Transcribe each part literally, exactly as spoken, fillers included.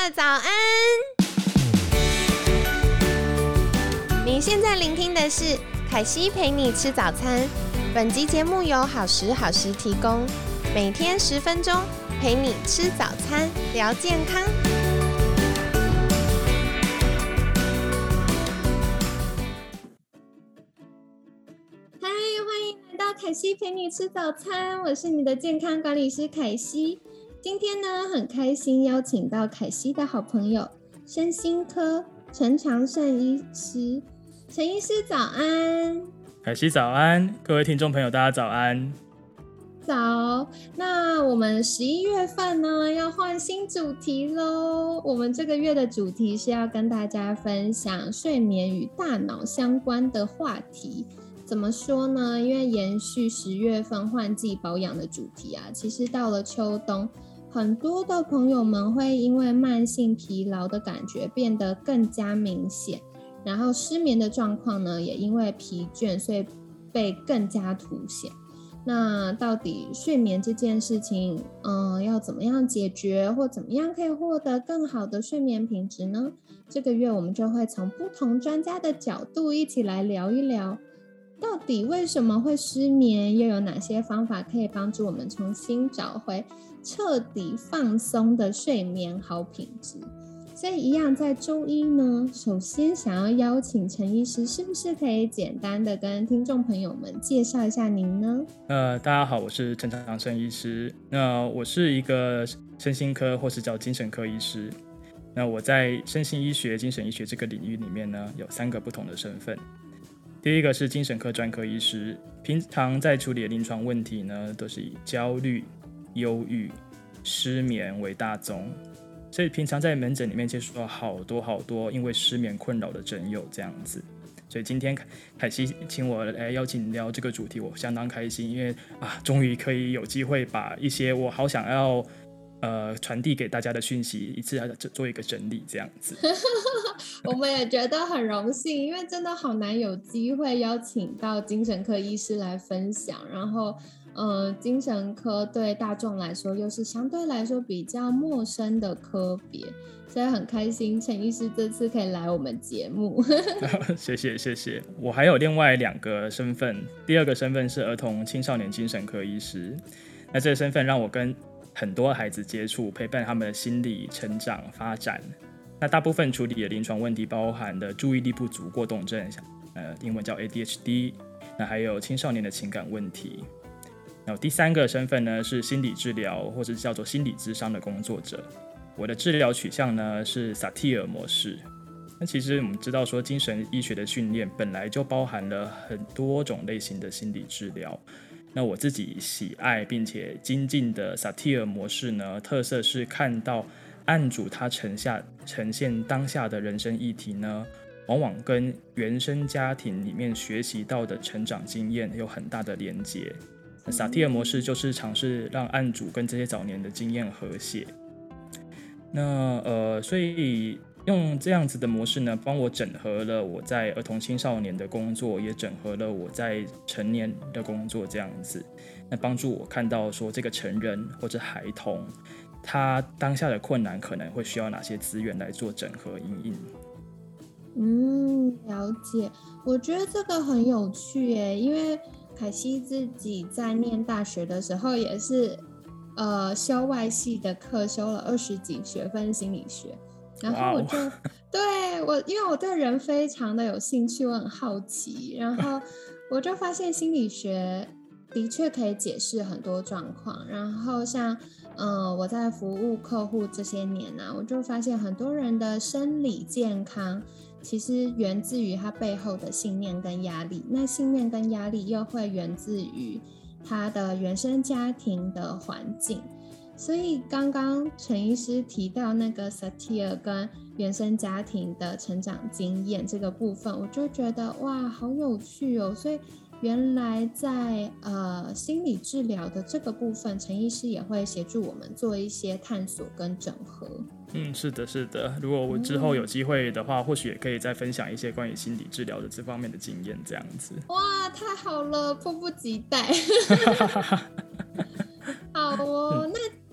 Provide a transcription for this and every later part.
的早安。你现在聆听的是凯西陪你吃早餐。本集节目由好时好时提供，每天十分钟，陪你吃早餐，聊健康。嗨，欢迎来到凯西陪你吃早餐，我是你的健康管理师凯西。今天呢，很开心邀请到凯西的好朋友身心科陈长胜医师。陈医师早安。 凯西早安，各位听众朋友大家早安。 早，那我们十一月份呢要换新主题咯。我们这个月的主题是要跟大家分享睡眠与大脑相关的话题。怎么说呢？因为延续十月份换季保养的主题啊，其实到了秋冬，很多的朋友们会因为慢性疲劳的感觉变得更加明显，然后失眠的状况呢，也因为疲倦，所以被更加凸显。那到底睡眠这件事情，嗯，要怎么样解决，或怎么样可以获得更好的睡眠品质呢？这个月我们就会从不同专家的角度一起来聊一聊，到底为什么会失眠，又有哪些方法可以帮助我们重新找回彻底放松的睡眠好品质。所以一样在周一呢，首先想要邀请陈医师，是不是可以简单的跟听众朋友们介绍一下您呢？ 呃，大家好，我是陈长胜医师。那我是一个身心科或是叫精神科医师。那我在身心医学、精神医学这个领域里面呢，有三个不同的身份。第一个是精神科专科医师，平常在处理的临床问题呢，都是以焦虑、忧郁、失眠为大宗。所以平常在门诊里面接触到好多好多因为失眠困扰的诊友这样子，所以今天凯西请我来邀请聊这个主题，我相当开心，因为啊，终于可以有机会把一些我好想要呃传递给大家的讯息一次做一个整理这样子。 我们也觉得很荣幸，因为真的好难有机会邀请到精神科医师来分享，然后呃，精神科对大众来说又是相对来说比较陌生的科别，所以很开心陈医师这次可以来我们节目。 谢谢谢谢。我还有另外两个身份，第二个身份是儿童青少年精神科医师。那这个身份让我跟很多孩子接触，陪伴他们的心理成长发展。那大部分处理的临床问题包含的注意力不足过动症，呃，英文叫 A D H D， 那还有青少年的情感问题。然后第三个身份呢是心理治疗或者叫做心理咨商的工作者。我的治疗取向呢是萨提尔模式。那其实我们知道说精神医学的训练本来就包含了很多种类型的心理治疗。那我自己喜爱并且精进的萨提尔模式呢，特色是看到案主他呈下呈现当下的人生议题呢，往往跟原生家庭里面学习到的成长经验有很大的连结。萨提尔模式就是尝试让案主跟这些早年的经验和谐。那呃，所以用这样子的模式呢，帮我整合了我在儿童青少年的工作，也整合了我在成年的工作这样子。那帮助我看到说这个成人或者孩童，他当下的困难可能会需要哪些资源来做整合因应。 嗯，了解。我觉得这个很有趣耶，因为凯西自己在念大学的时候也是呃修外系的课，修了二十几学分心理学，然後我就、wow. 对我因为我对人非常的有兴趣，我很好奇，然后我就发现心理学的确可以解释很多状况。然后像呃我在服务客户这些年啊，我就发现很多人的生理健康其实源自于他背后的信念跟压力，那信念跟压力又会源自于他的原生家庭的环境。所以刚刚陈医师提到那个萨提尔跟原生家庭的成长经验这个部分，我就觉得哇好有趣哦。所以原来在呃心理治疗的这个部分，陈医师也会协助我们做一些探索跟整合。 嗯，是的，是的。如果我之后有机会的话，嗯、或许也可以再分享一些关于心理治疗的这方面的经验，这样子。 哇，太好了，迫不及待。好哦，那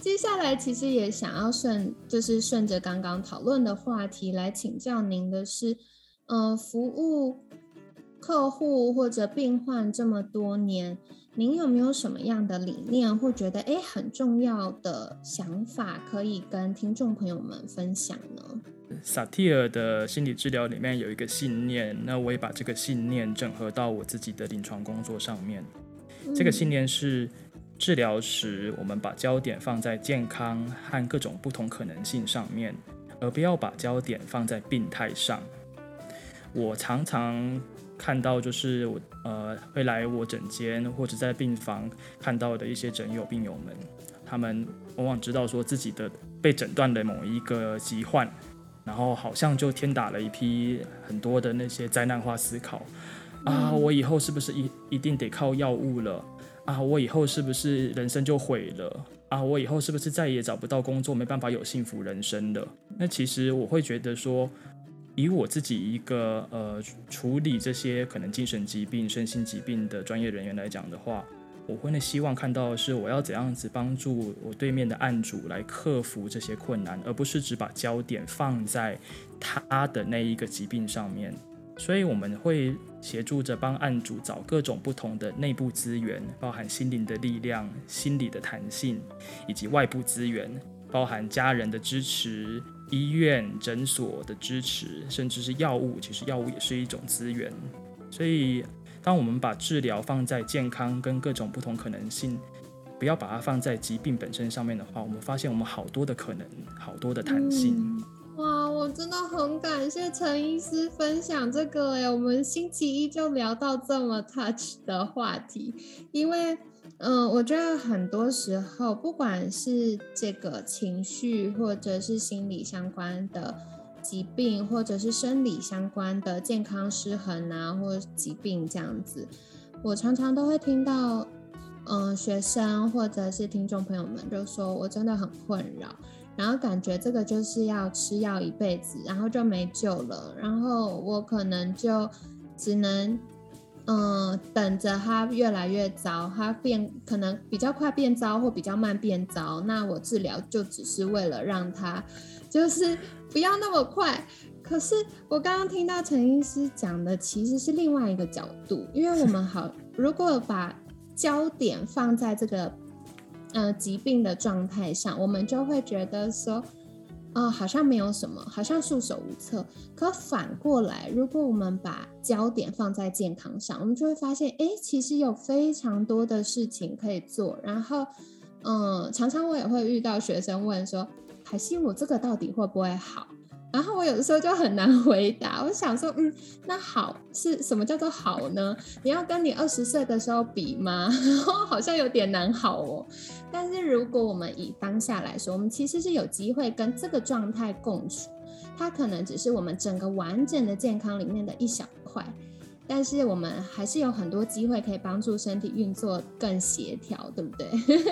接下来其实也想要顺，就是顺着刚刚讨论的话题来请教您的是，呃，服务客户或者病患这么多年，您有没有什么样的理念或觉得诶很重要的想法可以跟听众朋友们分享呢？ 萨提尔的心理治疗里面有一个信念，那我也把这个信念整合到我自己的临床工作上面。嗯、这个信念是治疗时我们把焦点放在健康和各种不同可能性上面，而不要把焦点放在病态上。我常常看到就是我呃会来我诊间或者在病房看到的一些诊友病友们，他们往往知道说自己的被诊断的某一个疾患，然后好像就天打了一批很多的那些灾难化思考啊，我以后是不是 一, 一定得靠药物了啊？我以后是不是人生就毁了啊？我以后是不是再也找不到工作，没办法有幸福人生了？那其实我会觉得说，以我自己一个呃处理这些可能精神疾病、身心疾病的专业人员来讲的话，我会希望看到的是我要怎样子帮助我对面的案主来克服这些困难，而不是只把焦点放在他的那一个疾病上面。所以我们会协助着帮案主找各种不同的内部资源，包含心灵的力量、心理的弹性，以及外部资源，包含家人的支持、医院、诊所的支持，甚至是药物，其实药物也是一种资源。所以当我们把治疗放在健康跟各种不同可能性，不要把它放在疾病本身上面的话，我们发现我们好多的可能，好多的弹性。 嗯哇，我真的很感谢陈医师分享这个耶，我们星期一就聊到这么 touch 的话题，因为嗯，我觉得很多时候不管是这个情绪或者是心理相关的疾病，或者是生理相关的健康失衡啊，或者疾病这样子，我常常都会听到嗯，学生或者是听众朋友们就说我真的很困扰，然后感觉这个就是要吃药一辈子，然后就没救了，然后我可能就只能嗯等着它越来越糟，它变可能比较快变糟或比较慢变糟，那我治疗就只是为了让它就是不要那么快。可是我刚刚听到陈医师讲的其实是另外一个角度，因为我们好如果把焦点放在这个呃疾病的状态上，我们就会觉得说哦，好像没有什么，好像束手无策。可反过来，如果我们把焦点放在健康上，我们就会发现哎，其实有非常多的事情可以做。然后嗯，常常我也会遇到学生问说，海西我这个到底会不会好？然后我有的时候就很难回答，我想说，嗯，那好是什么叫做好呢？你要跟你二十岁的时候比吗？然后好像有点难好哦。但是如果我们以当下来说，我们其实是有机会跟这个状态共处，它可能只是我们整个完整的健康里面的一小块。但是我们还是有很多机会可以帮助身体运作更协调，对不对？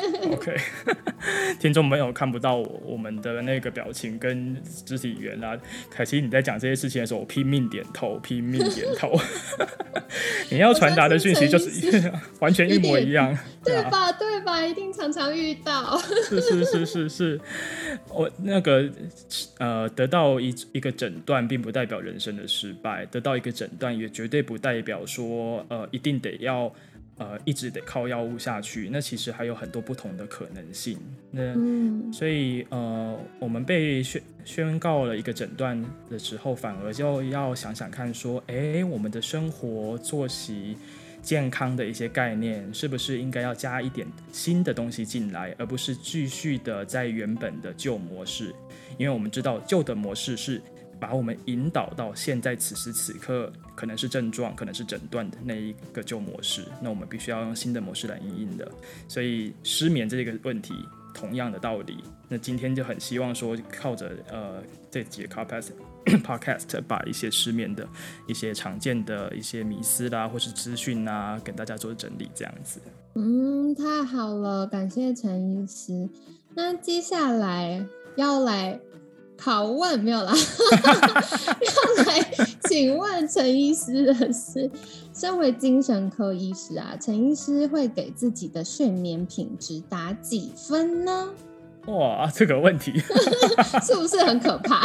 OK 听众朋友看不到 我, 我们的那个表情跟肢体语言啊，凯西你在讲这些事情的时候我拼命点头拼命点头你要传达的讯息就是完全一模一样， 对吧对吧，一定常常遇到是是是是是，我那个呃得到 一, 一个诊断并不代表人生的失败，得到一个诊断也绝对不代表说呃一定得要呃一直得靠药物下去，那其实还有很多不同的可能性。那、嗯、所以呃我们被 宣, 宣告了一个诊断的时候，反而就要想想看说，哎，我们的生活作息健康的一些概念是不是应该要加一点新的东西进来，而不是继续的在原本的旧模式。因为我们知道旧的模式是把我们引导到现在此时此刻可能是症状可能是诊断的那一个旧模式，那我们必须要用新的模式来因应的。所以失眠这个问题同样的道理，那今天就很希望说靠着呃这几个 podcast 把一些失眠的一些常见的一些迷思啦或是资讯啊跟大家做整理这样子。 嗯，太好了，感谢陈医师。那接下来要来拷问没有啦要来请问陈医师的是，身为精神科医师啊，陈医师会给自己的睡眠品质打几分呢？ 哇，这个问题是不是很可怕？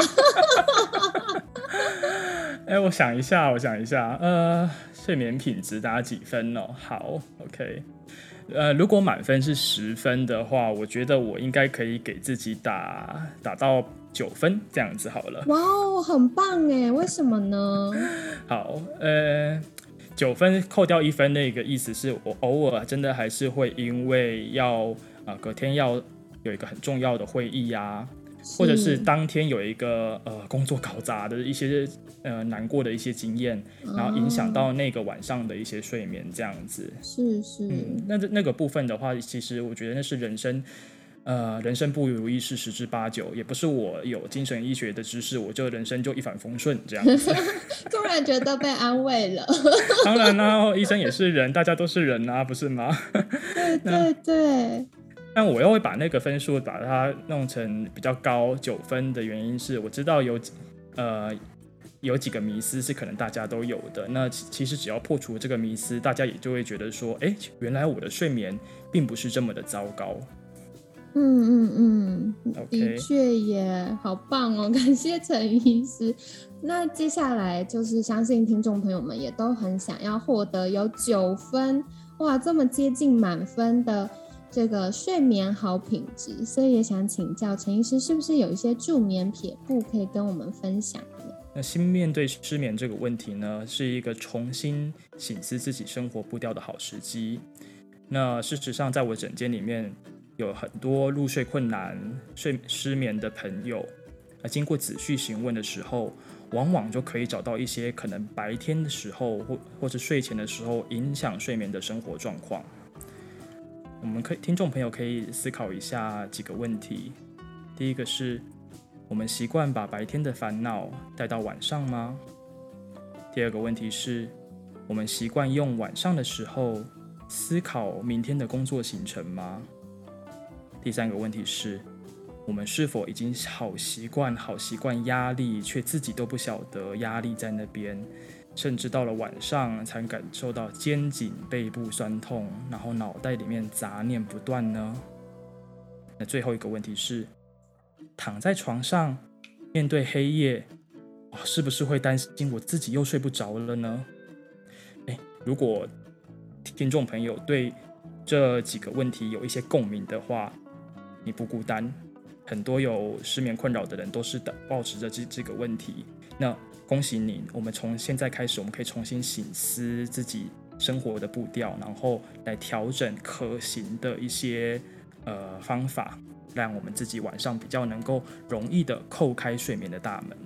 哎，我想一下，我想一下，呃，睡眠品质打几分哦？好 ，OK， 呃，如果满分是十分的话，我觉得我应该可以给自己打打到九分这样子好了。 哇哦，很棒哎！为什么呢？ 好，呃，九分扣掉一分，那个意思是我偶尔真的还是会因为要呃隔天要有一个很重要的会议啊，或者是当天有一个呃工作搞砸的一些呃难过的一些经验，然后影响到那个晚上的一些睡眠这样子。 是是， 嗯，那那个部分的话，其实我觉得那是人生。呃，人生不如意事十之八九，也不是我有精神医学的知识，我就人生就一帆风顺这样子。 突然觉得被安慰了。 当然啦、啊，医生也是人，大家都是人啊，不是吗？ 对对对。 但我又会把那个分数把它弄成比较高九分的原因是，我知道有呃有几个迷思是可能大家都有的。那其实只要破除这个迷思，大家也就会觉得说，哎，原来我的睡眠并不是这么的糟糕。 嗯嗯嗯， okay. 的确也好棒哦，感谢陈医师。那接下来就是相信听众朋友们也都很想要获得有九分，哇，这么接近满分的这个睡眠好品质，所以也想请教陈医师，是不是有一些助眠撇步可以跟我们分享呢？ 那新面对失眠这个问题呢，是一个重新省思自己生活步调的好时机。那事实上，在我诊间里面，有很多入睡困难、睡失眠的朋友，而经过仔细询问的时候，往往就可以找到一些可能白天的时候或或是睡前的时候影响睡眠的生活状况。我们可以听众朋友可以思考一下几个问题。第一个是，我们习惯把白天的烦恼带到晚上吗？第二个问题是，我们习惯用晚上的时候思考明天的工作行程吗？第三个问题是，我们是否已经好习惯好习惯压力，却自己都不晓得压力在那边，甚至到了晚上才感受到肩颈背部酸痛，然后脑袋里面杂念不断呢？那最后一个问题是，躺在床上面对黑夜，哦，是不是会担心我自己又睡不着了呢？诶，如果听众朋友对这几个问题有一些共鸣的话，你不孤单，很多有失眠困扰的人都是抱持着 这, 这个问题。那恭喜你，我们从现在开始，我们可以重新省思自己生活的步调，然后来调整可行的一些呃方法，让我们自己晚上比较能够容易的扣开睡眠的大门。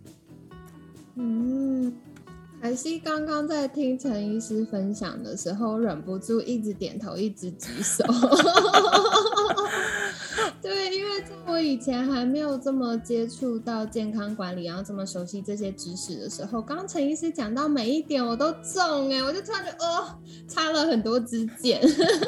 嗯，凯西刚刚在听陈医师分享的时候，忍不住一直点头，一直举手。对，因为在我以前还没有这么接触到健康管理，然后这么熟悉这些知识的时候，刚刚陈医师讲到每一点我都中哎，我就突然觉得哦，差了很多支箭。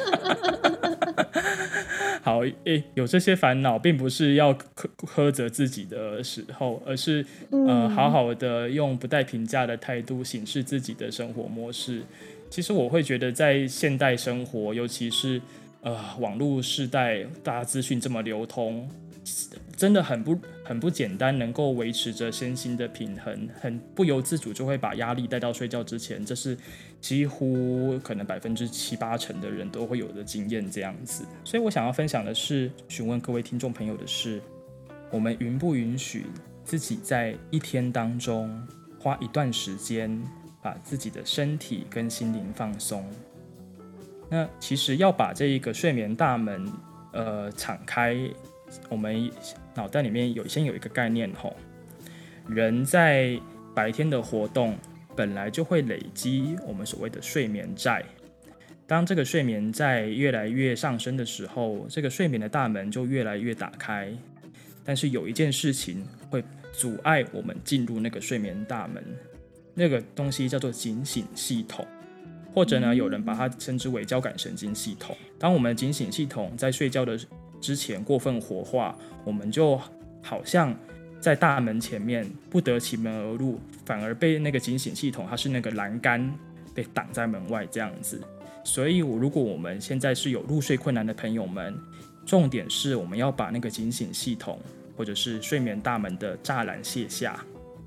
好，欸，有这些烦恼，并不是要苛责自己的时候，而是、嗯呃、好好的用不带评价的态度审视自己的生活模式。其实我会觉得，在现代生活，尤其是呃网络时代，大家资讯这么流通，真的很不很不简单，能够维持着身心的平衡，很不由自主就会把压力带到睡觉之前，这是几乎可能百分之七八成的人都会有的经验这样子。所以我想要分享的是，询问各位听众朋友的是，我们允不允许自己在一天当中花一段时间，把自己的身体跟心灵放松？那其实要把这一个睡眠大门呃敞开，我们脑袋里面有先有一个概念吼，人在白天的活动本来就会累积我们所谓的睡眠债。当这个睡眠债越来越上升的时候，这个睡眠的大门就越来越打开。但是有一件事情会阻碍我们进入那个睡眠大门，那个东西叫做警醒系统，或者呢，有人把它称之为交感神经系统。当我们警醒系统在睡觉的之前过分活化，我们就好像在大门前面不得其门而入，反而被那个警醒系统，它是那个栏杆被挡在门外这样子。所以如果我们现在是有入睡困难的朋友们， 重点是我们要把那个警醒系统或者是睡眠大门的栅栏卸下。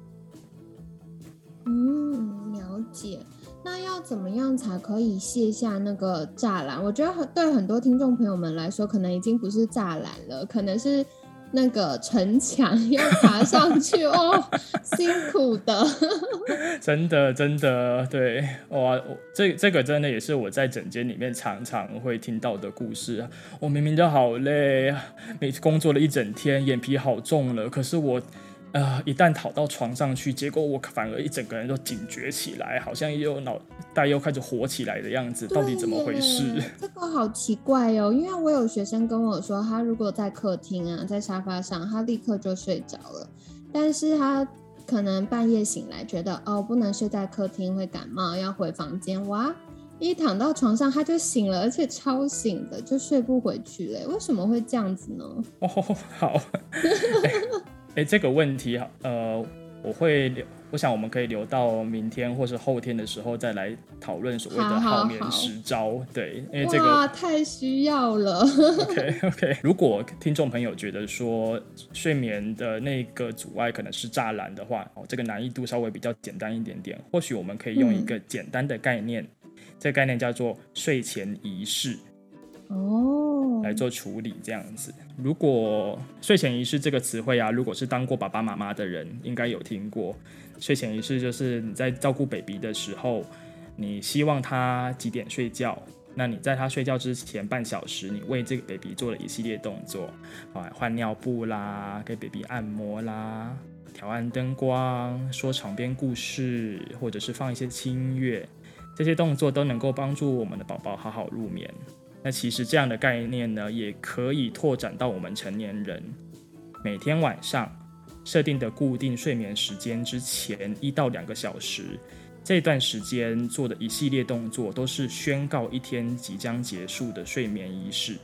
嗯，了解。那要怎么样才可以卸下那个栅栏？我觉得对很多听众朋友们来说，可能已经不是栅栏了，可能是那个城墙要爬上去哦，辛苦的。 真的真的，对哇，这这个真的也是我在诊间里面常常会听到的故事。我明明就好累，每次工作了一整天，眼皮好重了，可是我呃，一旦躺到床上去，结果我反而一整个人都警觉起来，好像又脑袋又开始活起来的样子，到底怎么回事？ 这个好奇怪哦，因为我有学生跟我说，他如果在客厅啊，在沙发上，他立刻就睡着了，但是他可能半夜醒来，觉得哦不能睡在客厅会感冒，要回房间，哇，一躺到床上他就醒了，而且超醒的，就睡不回去了。为什么会这样子呢？ 哦，好。哎，这个问题，呃，我会留，我想我们可以留到明天或是后天的时候再来讨论所谓的好眠十招。好好好，对，因为这个哇，太需要了。 OK OK， 如果听众朋友觉得说睡眠的那个阻碍可能是栅栏的话，哦，这个难易度稍微比较简单一点点，或许我们可以用一个简单的概念，嗯、这个概念叫做睡前仪式。哦，来做处理这样子。如果睡前仪式这个词汇啊，如果是当过爸爸妈妈的人应该有听过。睡前仪式就是你在照顾 baby 的时候，你希望他几点睡觉，那你在他睡觉之前半小时，你为这个 baby 做了一系列动作，换尿布啦，给 baby 按摩啦，调暗灯光，说床边故事，或者是放一些轻音乐，这些动作都能够帮助我们的宝宝好好入眠。那其实这样的概念呢，也可以拓展到我们成年人。每天晚上设定的固定睡眠时间之前一到两个小时，这段时间做的一系列动作，都是宣告一天即将结束的睡眠仪式。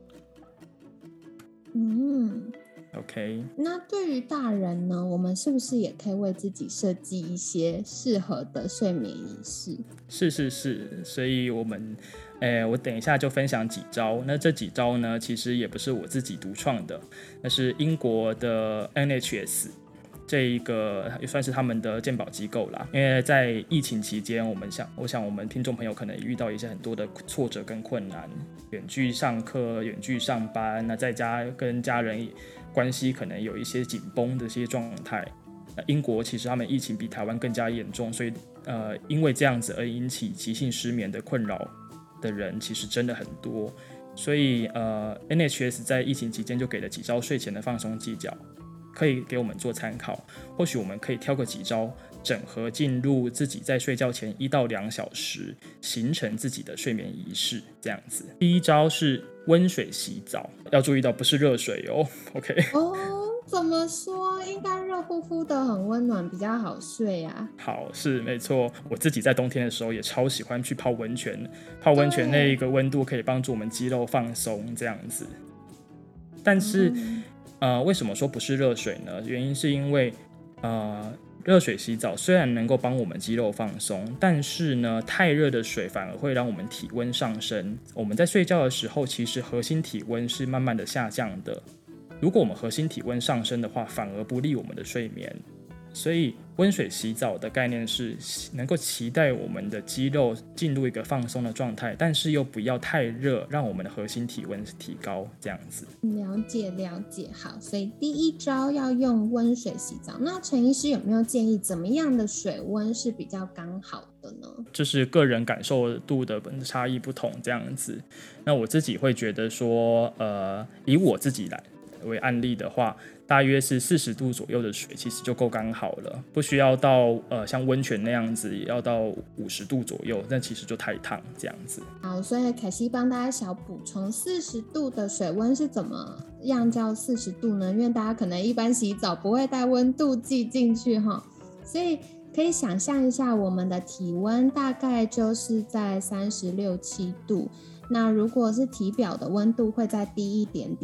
嗯 ，OK。 那对于大人呢，我们是不是也可以为自己设计一些适合的睡眠仪式？ 是是是，所以我们。欸、我等一下就分享几招。那这几招呢，其实也不是我自己独创的，那是英国的 N H S 这一个也算是他们的健保机构啦。因为在疫情期间，我们想，我想我们听众朋友可能也遇到一些很多的挫折跟困难，远距上课、远距上班，那在家跟家人关系可能有一些紧绷的这些状态。英国其实他们疫情比台湾更加严重，所以呃，因为这样子而引起急性失眠的困扰的人其实真的很多，所以呃 N H S 在疫情期间就给了几招睡前的放松技巧，可以给我们做参考。或许我们可以挑个几招，整合进入自己在睡觉前一到两小时，形成自己的睡眠仪式。这样子，第一招是温水洗澡，要注意到不是热水哦。OK。 哦，怎么说？应该热乎乎的，很温暖，比较好睡啊。 好，是没错。我自己在冬天的时候也超喜欢去泡温泉，泡温泉那一个温度可以帮助我们肌肉放松，这样子。但是，嗯、呃，为什么说不是热水呢？原因是因为，呃，热水洗澡虽然能够帮我们肌肉放松，但是呢，太热的水反而会让我们体温上升。我们在睡觉的时候，其实核心体温是慢慢的下降的。如果我们核心体温上升的话，反而不利我们的睡眠。所以温水洗澡的概念是能够期待我们的肌肉进入一个放松的状态，但是又不要太热，让我们的核心体温提高，这样子。 了解了解，好，所以第一招要用温水洗澡。那陈医师有没有建议怎么样的水温是比较刚好的呢？ 就是个人感受度的差异不同，这样子。那我自己会觉得说，呃，以我自己来为案例的话，大约是四十度左右的水其实就够刚好了，不需要到呃像温泉那样子也要到五十度左右，那其实就太烫这样子。 好，所以凯西帮大家小补充，四十度的水温是怎么样叫四十度呢？因为大家可能一般洗澡不会带温度计进去哈，所以可以想象一下我们的体温大概就是在三十六七度，那如果是体表的温度会再低一点点。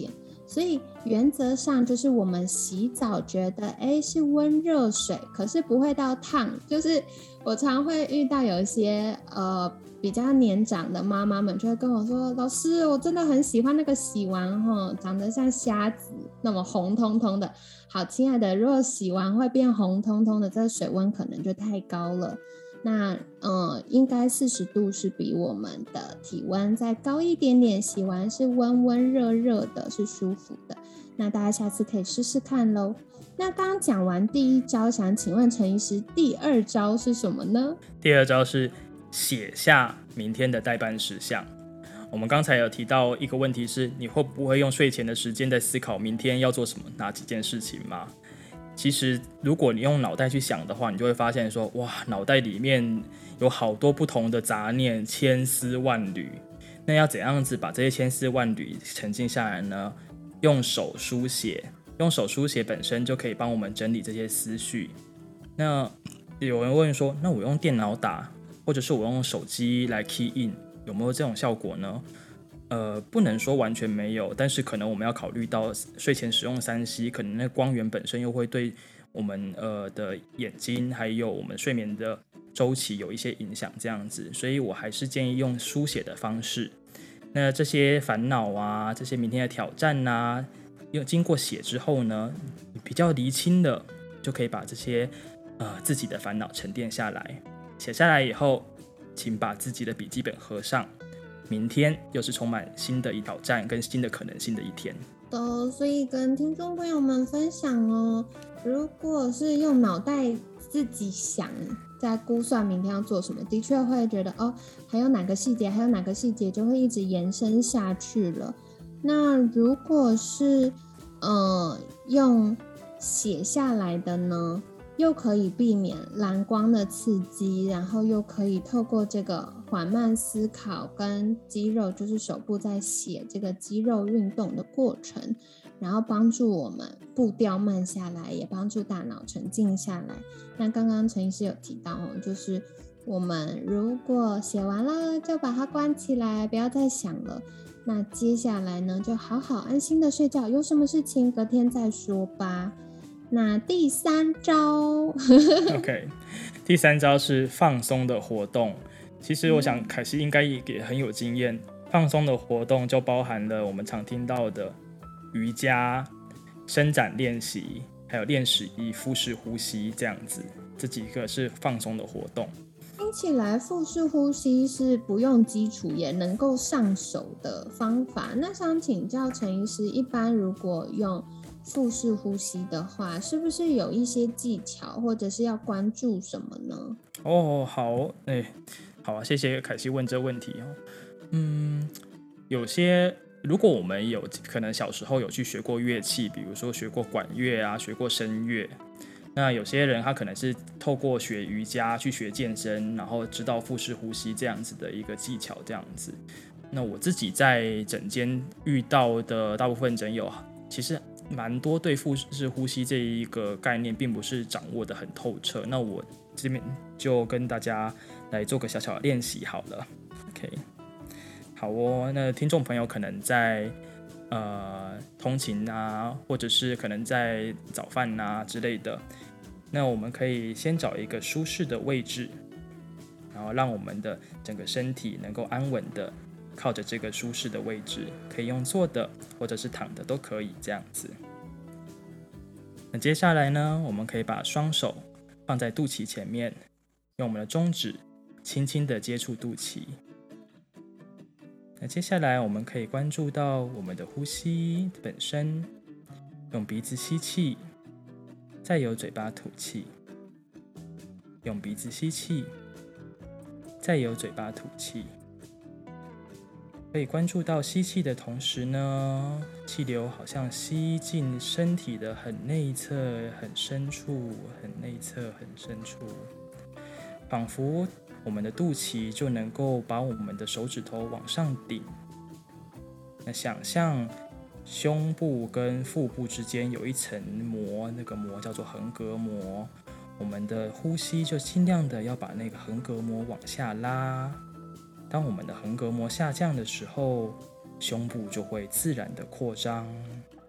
所以原则上就是我们洗澡觉得哎是温热水，可是不会到烫。就是我常会遇到有一些呃比较年长的妈妈们就会跟我说，老师我真的很喜欢那个洗完后长得像虾子那么红彤彤的。好，亲爱的，如果洗完会变红彤彤的，这个水温可能就太高了。那嗯，应该四十度是比我们的体温再高一点点，洗完是温温热热的，是舒服的。那大家下次可以试试看咯。那刚刚讲完第一招，想请问陈医师，第二招是什么呢？ 第二招是写下明天的待办事项。我们刚才有提到一个问题是，你会不会用睡前的时间在思考明天要做什么哪几件事情吗？其实如果你用脑袋去想的话，你就会发现说，哇，脑袋里面有好多不同的杂念，千丝万缕。那要怎样子把这些千丝万缕沉静下来呢？用手书写，用手书写本身就可以帮我们整理这些思绪。那有人问说，那我用电脑打，或者是我用手机来 key in， 有没有这种效果呢？呃，不能说完全没有，但是可能我们要考虑到睡前使用三 C， 可能那光源本身又会对我们呃的眼睛还有我们睡眠的周期有一些影响，这样子，所以我还是建议用书写的方式。那这些烦恼啊，这些明天的挑战啊，又经过写之后呢，比较厘清的，就可以把这些呃自己的烦恼沉淀下来。写下来以后，请把自己的笔记本合上。明天又是充满新的挑战跟新的可能性的一天。 的，所以跟听众朋友们分享哦，如果是用脑袋自己想，在估算明天要做什么，的确会觉得哦，还有哪个细节，还有哪个细节，就会一直延伸下去了。那如果是呃用写下来的呢？又可以避免蓝光的刺激，然后又可以透过这个缓慢思考跟肌肉，就是手部在写这个肌肉运动的过程，然后帮助我们步调慢下来，也帮助大脑沉静下来。那刚刚陈医师有提到哦，就是我们如果写完了就把它关起来，不要再想了。那接下来呢，就好好安心的睡觉，有什么事情隔天再说吧。那第三招 OK， 第三招是放松的活动。其实我想凯西应该也很有经验，放松的活动就包含了我们常听到的瑜伽、伸展练习，还有练习腹式呼吸，这样子，这几个是放松的活动。 听起来腹式呼吸是不用基础也能够上手的方法。那想请教陈医师，一般如果用腹式呼吸的话，是不是有一些技巧，或者是要关注什么呢？ 哦，好，哎，好啊，谢谢凯西问这问题哦。嗯，有些如果我们有可能小时候有去学过乐器，比如说学过管乐啊，学过声乐，那有些人他可能是透过学瑜伽去学健身，然后知道腹式呼吸这样子的一个技巧，这样子。那我自己在诊间遇到的大部分诊友，其实蛮多对腹式呼吸这一个概念并不是掌握的很透彻。那我这边就跟大家来做个小小的练习好了。 OK， 好哦。那听众朋友可能在呃通勤啊，或者是可能在早饭啊之类的，那我们可以先找一个舒适的位置，然后让我们的整个身体能够安稳的靠着这个舒适的位置，可以用坐的或者是躺的都可以，这样子。那接下来呢，我们可以把双手放在肚脐前面，用我们的中指轻轻的接触肚脐。那接下来我们可以关注到我们的呼吸本身，用鼻子吸气，再由嘴巴吐气，用鼻子吸气，再由嘴巴吐气。可以关注到吸气的同时呢，气流好像吸进身体的很内侧、很深处、很内侧、很深处，仿佛我们的肚脐就能够把我们的手指头往上顶。那想象胸部跟腹部之间有一层膜，那个膜叫做横膈膜，我们的呼吸就尽量的要把那个横膈膜往下拉。当我们的横膈膜下降的时候，胸部就会自然的扩张，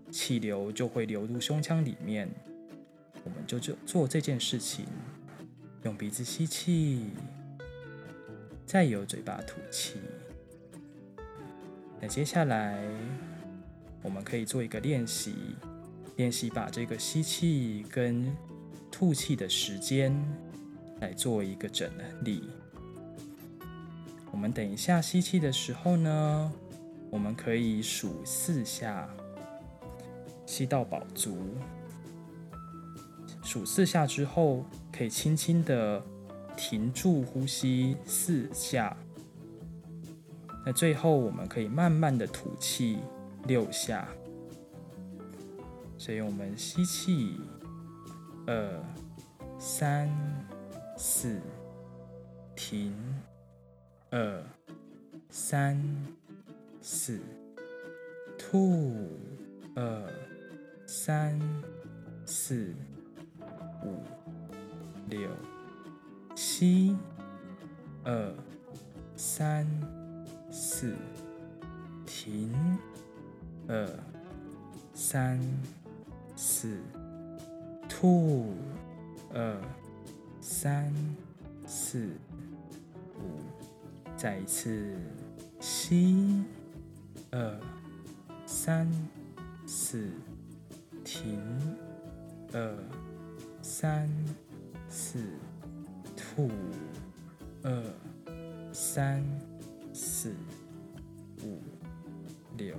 气流就会流入胸腔里面。我们就做这件事情，用鼻子吸气，再由嘴巴吐气。那接下来我们可以做一个练习，练习把这个吸气跟吐气的时间来做一个整理。我们等一下吸气的时候呢，我们可以数四下，吸到饱足。数四下之后，可以轻轻的停住呼吸四下。那最后我们可以慢慢的吐气六下。所以我们吸气，二、三、四，停，二、三、四，吐，二、三、四。五、六、七、二、三、四，停，二、三、四，吐，二、三、四、五，再一次吸，二、三、四，停，二。三、四，吐，二、三、四、五、六。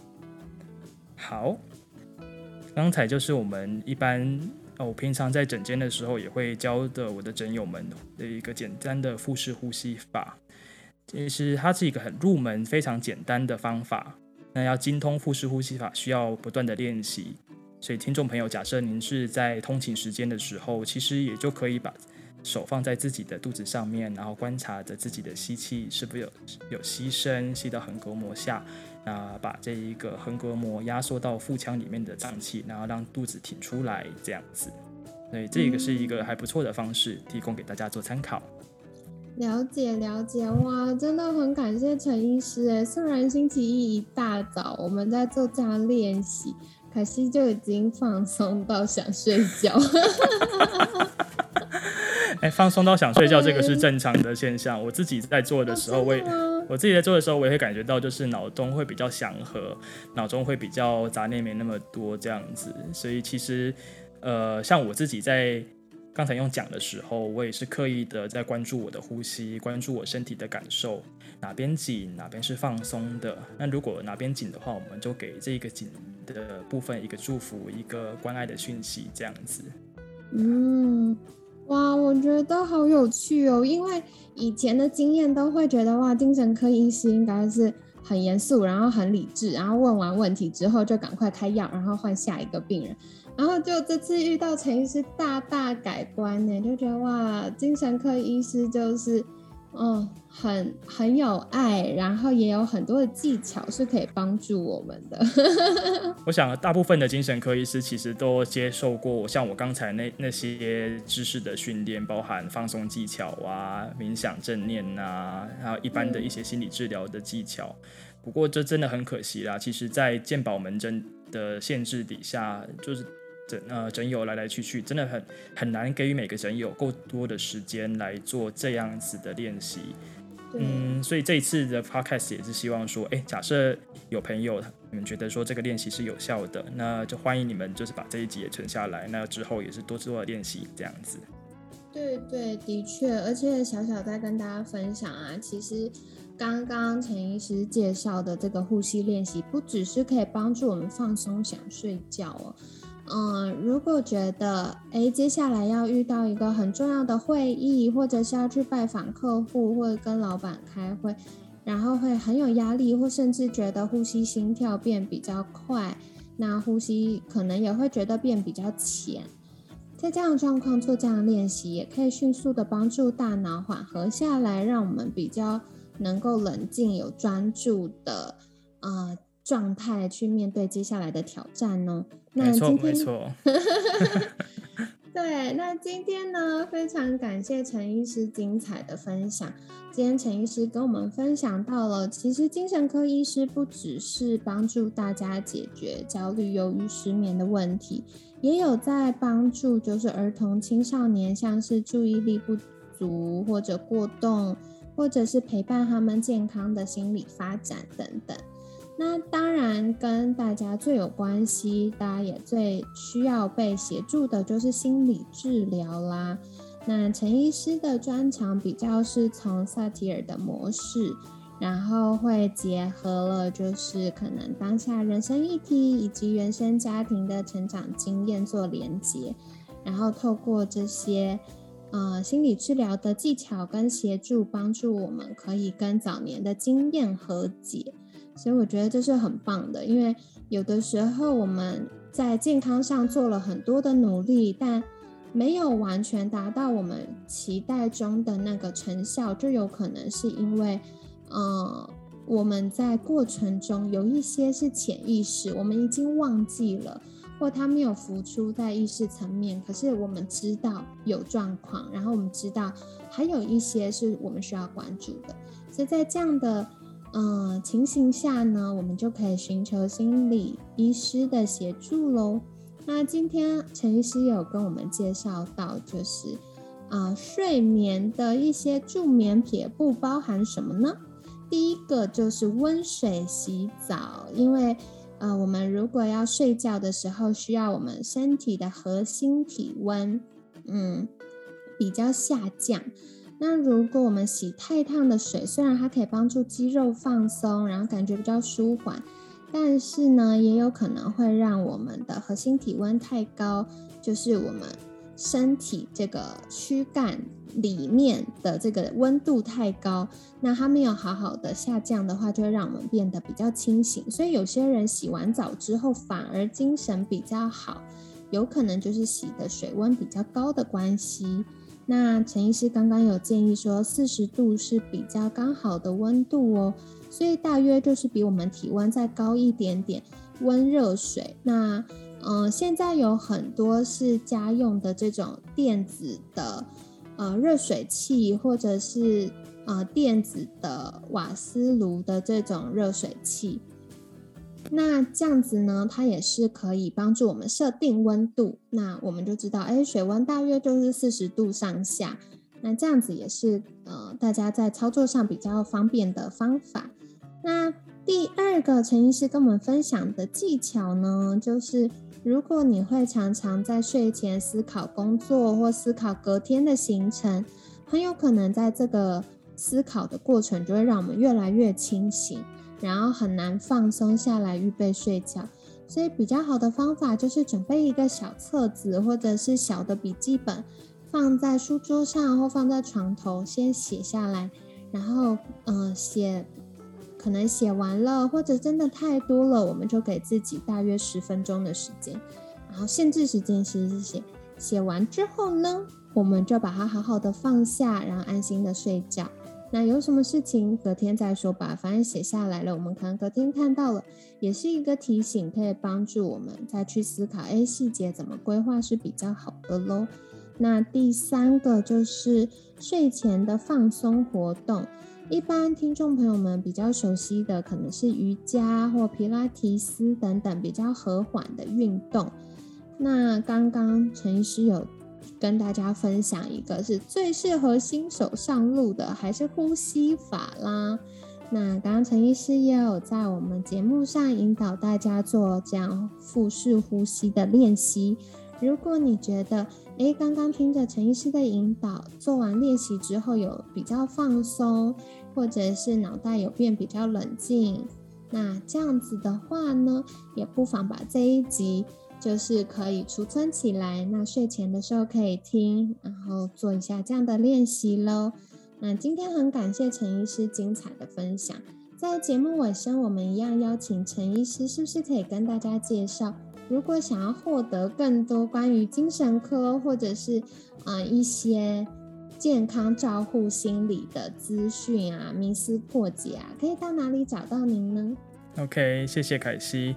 好，刚才就是我们一般哦，我平常在诊间的时候也会教的我的诊友们的一个简单的腹式呼吸法。其实它是一个很入门、非常简单的方法。那要精通腹式呼吸法，需要不断的练习。所以听众朋友，假设您是在通勤时间的时候，其实也就可以把手放在自己的肚子上面，然后观察着自己的吸气是不是有有吸深，吸到横膈膜下，那把这一个横膈膜压缩到腹腔里面的脏器，然后让肚子挺出来，这样子。所以这个是一个还不错的方式，提供给大家做参考。 了解了解，哇，真的很感谢陈医师诶。虽然星期一一大早我们在做这样练习，可惜就已经放松到想睡觉。 哎，放松到想睡觉，这个是正常的现象。我自己在做的时候，我也、哦、我自己在做的时候，我也会感觉到，就是脑中会比较祥和，脑中会比较杂念没那么多这样子。所以其实，呃，像我自己在刚才用讲的时候，我也是刻意的在关注我的呼吸，关注我身体的感受，哪边紧，哪边是放松的。那如果哪边紧的话，我们就给这个紧的部分一个祝福，一个关爱的讯息，这样子。 嗯，哇，我觉得好有趣哦，因为以前的经验都会觉得，哇，精神科医师应该是很严肃，然后很理智，然后问完问题之后就赶快开药，然后换下一个病人。然后就这次遇到陈医师，大大改观呢，就觉得哇，精神科医师就是哦，很很有爱，然后也有很多的技巧是可以帮助我们的。 我想大部分的精神科医师其实都接受过像我刚才 那, 那些知识的训练，包含放松技巧啊、冥想正念啊，还有一般的一些心理治疗的技巧。不过这真的很可惜啦，其实在健保门诊的限制底下，就是诊呃诊友来来去去，真的很很难给予每个诊友够多的时间来做这样子的练习。嗯，所以这一次的 podcast 也是希望说，哎，假设有朋友你们觉得说这个练习是有效的，那就欢迎你们就是把这一集也存下来，那之后也是多做练习这样子。 对对，的确，而且小小在跟大家分享啊，其实刚刚陈医师介绍的这个呼吸练习，不只是可以帮助我们放松想睡觉哦。嗯，如果觉得哎，接下来要遇到一个很重要的会议，或者是要去拜访客户，或者跟老板开会，然后会很有压力，或甚至觉得呼吸心跳变比较快，那呼吸可能也会觉得变比较浅。在这样的状况做这样的练习，也可以迅速的帮助大脑缓和下来，让我们比较能够冷静、有专注的呃状态去面对接下来的挑战哦。 没错没错。 对对，那今天呢，非常感谢陈医师精彩的分享。今天陈医师跟我们分享到了，其实精神科医师不只是帮助大家解决焦虑、忧郁、失眠的问题，也有在帮助就是儿童、青少年，像是注意力不足或者过动，或者是陪伴他们健康的心理发展等等。那当然跟大家最有关系，大家也最需要被协助的就是心理治疗啦。那陈医师的专长比较是从萨提尔的模式，然后会结合了就是可能当下人生议题以及原生家庭的成长经验做连结，然后透过这些呃心理治疗的技巧跟协助，帮助我们可以跟早年的经验和解。所以我觉得这是很棒的，因为有的时候我们在健康上做了很多的努力，但没有完全达到我们期待中的那个成效，就有可能是因为呃我们在过程中有一些是潜意识，我们已经忘记了，或它没有浮出在意识层面，可是我们知道有状况，然后我们知道还有一些是我们需要关注的。所以在这样的呃情形下呢，我们就可以寻求心理医师的协助咯。那今天陈医师有跟我们介绍到就是呃睡眠的一些助眠撇步包含什么呢？第一个就是温水洗澡，因为呃我们如果要睡觉的时候，需要我们身体的核心体温嗯比较下降。那如果我们洗太烫的水，虽然它可以帮助肌肉放松，然后感觉比较舒缓，但是呢，也有可能会让我们的核心体温太高，就是我们身体这个躯干里面的这个温度太高，那它没有好好的下降的话，就会让我们变得比较清醒。所以有些人洗完澡之后反而精神比较好，有可能就是洗的水温比较高的关系。那陈医师刚刚有建议说四十度是比较刚好的温度哦，所以大约就是比我们体温再高一点点温热水。那呃，现在有很多是家用的这种电子的呃热水器，或者是呃电子的瓦斯炉的这种热水器。那这样子呢，它也是可以帮助我们设定温度，那我们就知道，哎，水温大约就是四十度上下。那这样子也是呃大家在操作上比较方便的方法。那第二个陈医师跟我们分享的技巧呢，就是如果你会常常在睡前思考工作或思考隔天的行程，很有可能在这个思考的过程就会让我们越来越清醒，然后很难放松下来预备睡觉。所以比较好的方法就是准备一个小册子或者是小的笔记本，放在书桌上或放在床头，先写下来，然后呃写可能写完了或者真的太多了，我们就给自己大约十分钟的时间，然后限制时间其实是写写完之后呢，我们就把它好好的放下，然后安心的睡觉。那有什么事情隔天再说吧，反正写下来了，我们可能隔天看到了，也是一个提醒，可以帮助我们再去思考，哎，细节怎么规划是比较好的咯。那第三个就是睡前的放松活动，一般听众朋友们比较熟悉的可能是瑜伽或皮拉提斯等等比较和缓的运动。那刚刚陈医师有跟大家分享一个是最适合新手上路的，还是呼吸法啦。那刚刚陈医师也有在我们节目上引导大家做这样腹式呼吸的练习。如果你觉得诶刚刚听着陈医师的引导，做完练习之后有比较放松，或者是脑袋有变比较冷静，那这样子的话呢，也不妨把这一集就是可以储存起来，那睡前的时候可以听，然后做一下这样的练习咯。那今天很感谢陈医师精彩的分享，在节目尾声我们一样邀请陈医师，是不是可以跟大家介绍，如果想要获得更多关于精神科或者是、呃、一些健康照护心理的资讯啊、迷思破解啊，可以到哪里找到您呢？ OK， 谢谢凯西。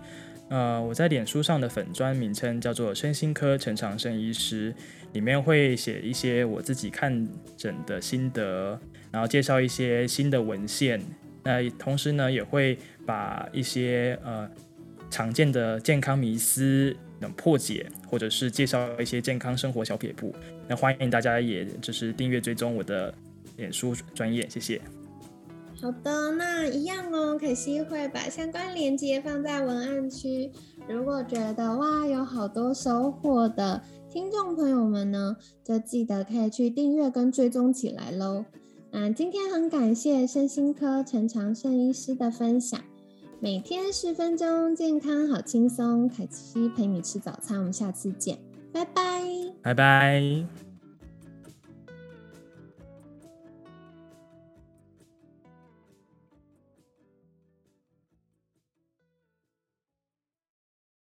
呃，我在脸书上的粉专名称叫做身心科陈长胜医师，里面会写一些我自己看诊的心得，然后介绍一些新的文献。那同时呢，也会把一些呃常见的健康迷思破解，或者是介绍一些健康生活小撇步。那欢迎大家也就是订阅追踪我的脸书专页，谢谢。 好的，那一样哦，可惜会把相关链接放在文案区。如果觉得哇有好多收获的听众朋友们呢，就记得可以去订阅跟追踪起来咯。那今天很感谢身心科陈长胜医师的分享，每天十分钟，健康好轻松，凯西陪你吃早餐，我们下次见，拜拜， 拜拜。